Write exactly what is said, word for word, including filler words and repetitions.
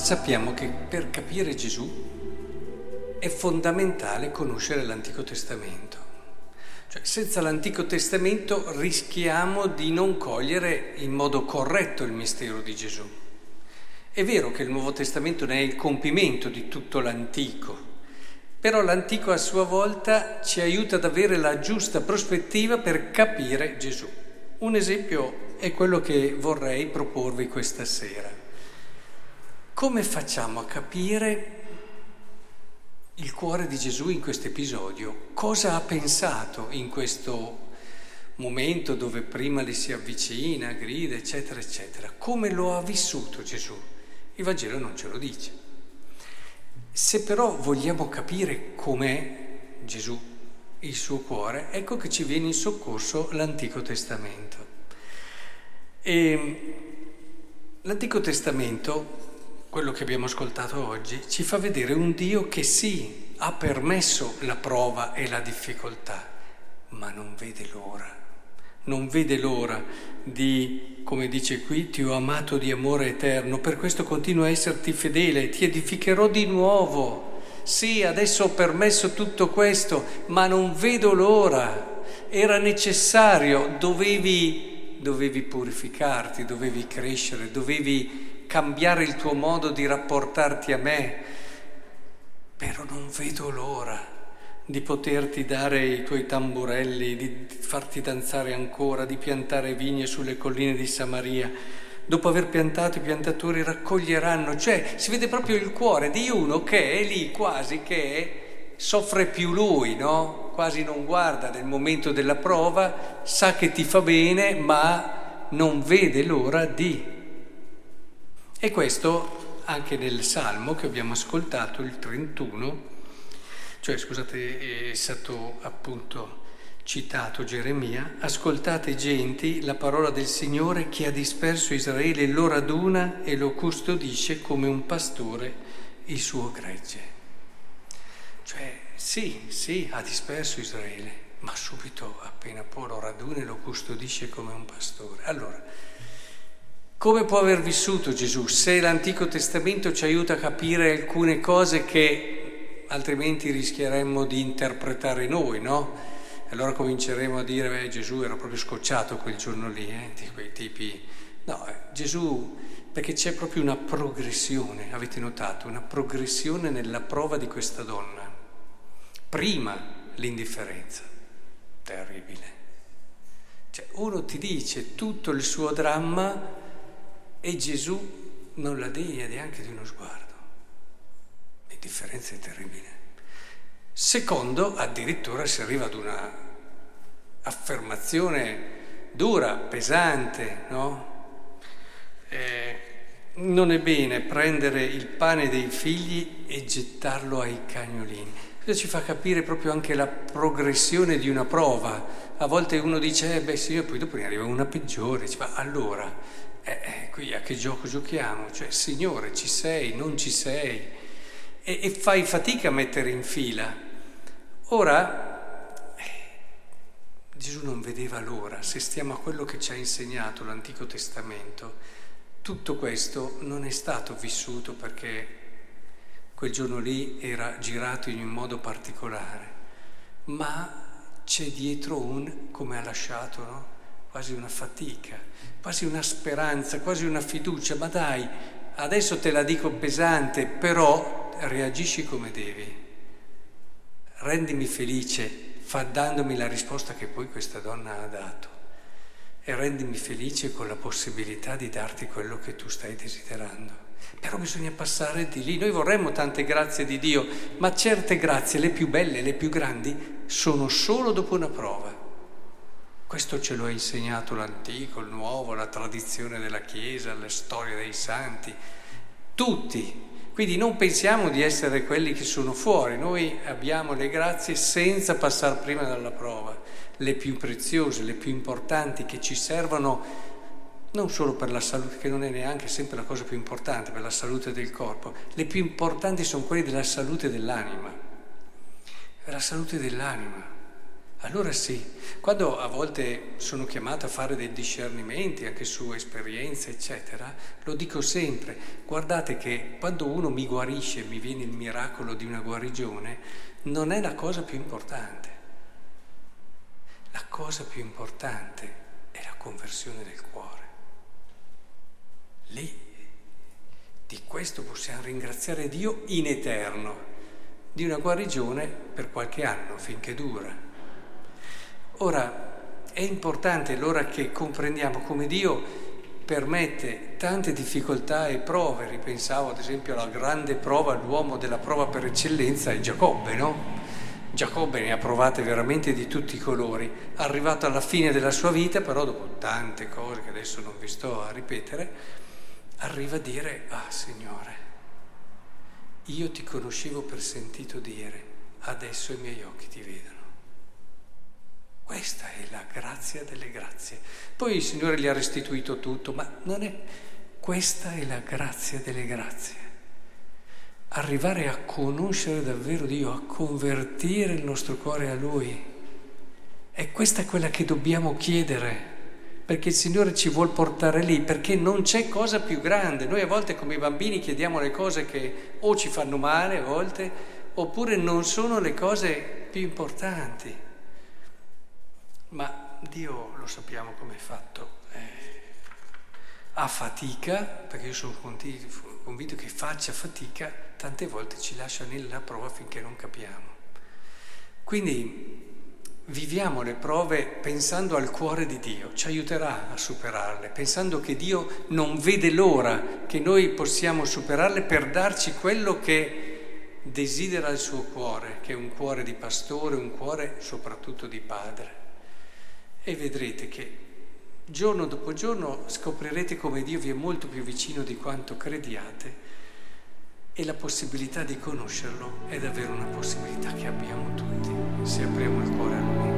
sappiamo che per capire Gesù è fondamentale conoscere l'Antico Testamento. Cioè, senza l'Antico Testamento rischiamo di non cogliere in modo corretto il mistero di Gesù. È vero che il Nuovo Testamento ne è il compimento di tutto l'Antico, però l'Antico a sua volta ci aiuta ad avere la giusta prospettiva per capire Gesù. Un esempio è quello che vorrei proporvi questa sera. Come facciamo a capire il cuore di Gesù in questo episodio? Cosa ha pensato in questo momento dove prima le si avvicina, grida, eccetera, eccetera? Come lo ha vissuto Gesù? Il Vangelo non ce lo dice. Se però vogliamo capire com'è Gesù, il suo cuore, ecco che ci viene in soccorso l'Antico Testamento. E l'Antico Testamento, quello che abbiamo ascoltato oggi, ci fa vedere un Dio che sì, ha permesso la prova e la difficoltà, ma non vede l'ora. Non vede l'ora di, come dice qui, ti ho amato di amore eterno, per questo continuo a esserti fedele, ti edificherò di nuovo. Sì, adesso ho permesso tutto questo, ma non vedo l'ora. Era necessario, dovevi, dovevi purificarti, dovevi crescere, dovevi cambiare il tuo modo di rapportarti a me, però non vedo l'ora di poterti dare i tuoi tamburelli, di farti danzare ancora, di piantare vigne sulle colline di Samaria. Dopo aver piantato, i piantatori raccoglieranno. Cioè, si vede proprio il cuore di uno che è lì quasi che soffre più lui, no? Quasi non guarda nel momento della prova, sa che ti fa bene, ma non vede l'ora di. E questo anche nel Salmo che abbiamo ascoltato, il trentuno, cioè scusate, è stato appunto citato Geremia: ascoltate genti la parola del Signore che ha disperso Israele, lo raduna e lo custodisce come un pastore il suo gregge. Cioè sì, sì, ha disperso Israele, ma subito appena poi lo raduna e lo custodisce come un pastore. Allora, come può aver vissuto Gesù se l'Antico Testamento ci aiuta a capire alcune cose che altrimenti rischieremmo di interpretare noi, no? Allora cominceremo a dire, beh, Gesù era proprio scocciato quel giorno lì, eh, di quei tipi. No, eh, Gesù, perché c'è proprio una progressione, avete notato, una progressione nella prova di questa donna. Prima l'indifferenza, terribile. Cioè, uno ti dice tutto il suo dramma e Gesù non la degna neanche di uno sguardo. L'indifferenza è terribile. Secondo, addirittura si arriva ad una affermazione dura, pesante, no? Eh, non è bene prendere il pane dei figli e gettarlo ai cagnolini. Questo ci fa capire proprio anche la progressione di una prova. A volte uno dice, eh beh sì, e poi dopo ne arriva una peggiore. Ci fa, allora, eh, eh, qui a che gioco giochiamo? Cioè, Signore, ci sei, non ci sei? E, e fai fatica a mettere in fila. Ora, eh, Gesù non vedeva l'ora. Se stiamo a quello che ci ha insegnato l'Antico Testamento, tutto questo non è stato vissuto perché quel giorno lì era girato in un modo particolare, ma c'è dietro un, come ha lasciato, no? Quasi una fatica, quasi una speranza, quasi una fiducia. Ma dai, adesso te la dico pesante, però reagisci come devi. Rendimi felice, fa dandomi la risposta che poi questa donna ha dato. E rendimi felice con la possibilità di darti quello che tu stai desiderando. Però bisogna passare di lì. Noi vorremmo tante grazie di Dio, ma certe grazie, le più belle, le più grandi, sono solo dopo una prova. Questo ce lo ha insegnato l'Antico, il Nuovo, la tradizione della Chiesa, la storia dei santi, tutti. Quindi non pensiamo di essere quelli che sono fuori. Noi abbiamo le grazie senza passare prima dalla prova, le più preziose, le più importanti, che ci servono non solo per la salute, che non è neanche sempre la cosa più importante, per la salute del corpo. Le più importanti sono quelle della salute dell'anima. Per la salute dell'anima. allora sì. Quando a volte sono chiamato a fare dei discernimenti anche su esperienze, eccetera, lo dico sempre, guardate che quando uno mi guarisce, mi viene il miracolo di una guarigione, non è la cosa più importante. La cosa più importante è la conversione del cuore. Lì, di questo possiamo ringraziare Dio in eterno, di una guarigione per qualche anno, finché dura. Ora, è importante allora che comprendiamo come Dio permette tante difficoltà e prove. Ripensavo ad esempio alla grande prova, l'uomo della prova per eccellenza è Giacobbe, no? Giacobbe ne ha provate veramente di tutti i colori. Arrivato alla fine della sua vita, però dopo tante cose che adesso non vi sto a ripetere, arriva a dire: ah Signore, io ti conoscevo per sentito dire, adesso i miei occhi ti vedono. Questa è la grazia delle grazie. Poi il Signore gli ha restituito tutto, ma non è... Questa è la grazia delle grazie. Arrivare a conoscere davvero Dio, a convertire il nostro cuore a Lui. E questa è quella che dobbiamo chiedere, perché il Signore ci vuol portare lì, perché non c'è cosa più grande. Noi a volte come i bambini chiediamo le cose che o ci fanno male a volte, oppure non sono le cose più importanti. Ma Dio lo sappiamo come è fatto, eh, a fatica, perché io sono convinto, convinto che faccia fatica, tante volte ci lascia nella prova finché non capiamo. Quindi viviamo le prove pensando al cuore di Dio, ci aiuterà a superarle, pensando che Dio non vede l'ora che noi possiamo superarle per darci quello che desidera il suo cuore, che è un cuore di pastore, un cuore soprattutto di padre. E vedrete che giorno dopo giorno scoprirete come Dio vi è molto più vicino di quanto crediate, e la possibilità di conoscerlo è davvero una possibilità che abbiamo tutti, se apriamo il cuore a Lui.